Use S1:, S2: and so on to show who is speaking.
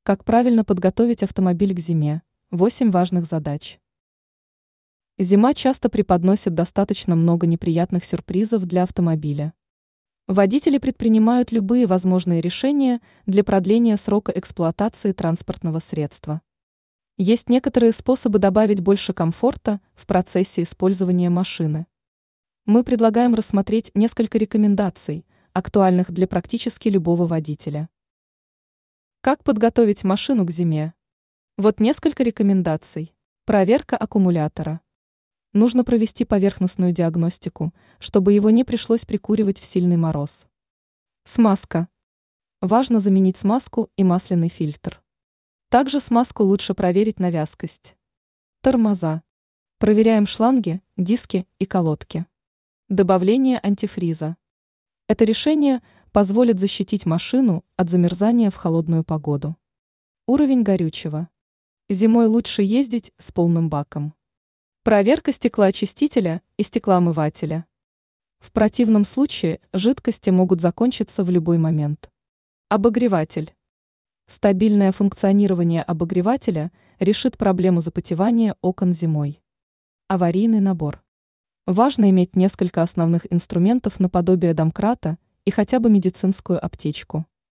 S1: Как правильно подготовить автомобиль к зиме? 8 важных задач. Зима часто преподносит достаточно много неприятных сюрпризов для автомобиля. Водители предпринимают любые возможные решения для продления срока эксплуатации транспортного средства. Есть некоторые способы добавить больше комфорта в процессе использования машины. Мы предлагаем рассмотреть несколько рекомендаций, актуальных для практически любого водителя. Как подготовить машину к зиме? Вот несколько рекомендаций. Проверка аккумулятора. Нужно провести поверхностную диагностику, чтобы его не пришлось прикуривать в сильный мороз. Смазка. Важно заменить смазку и масляный фильтр. Также смазку лучше проверить на вязкость. Тормоза. Проверяем шланги, диски и колодки. Добавление антифриза. Это решение позволит защитить машину от замерзания в холодную погоду. Уровень горючего. Зимой лучше ездить с полным баком. Проверка стеклоочистителя и стеклоомывателя. В противном случае жидкости могут закончиться в любой момент. Обогреватель. Стабильное функционирование обогревателя решит проблему запотевания окон зимой. Аварийный набор. Важно иметь несколько основных инструментов наподобие домкрата и хотя бы медицинскую аптечку.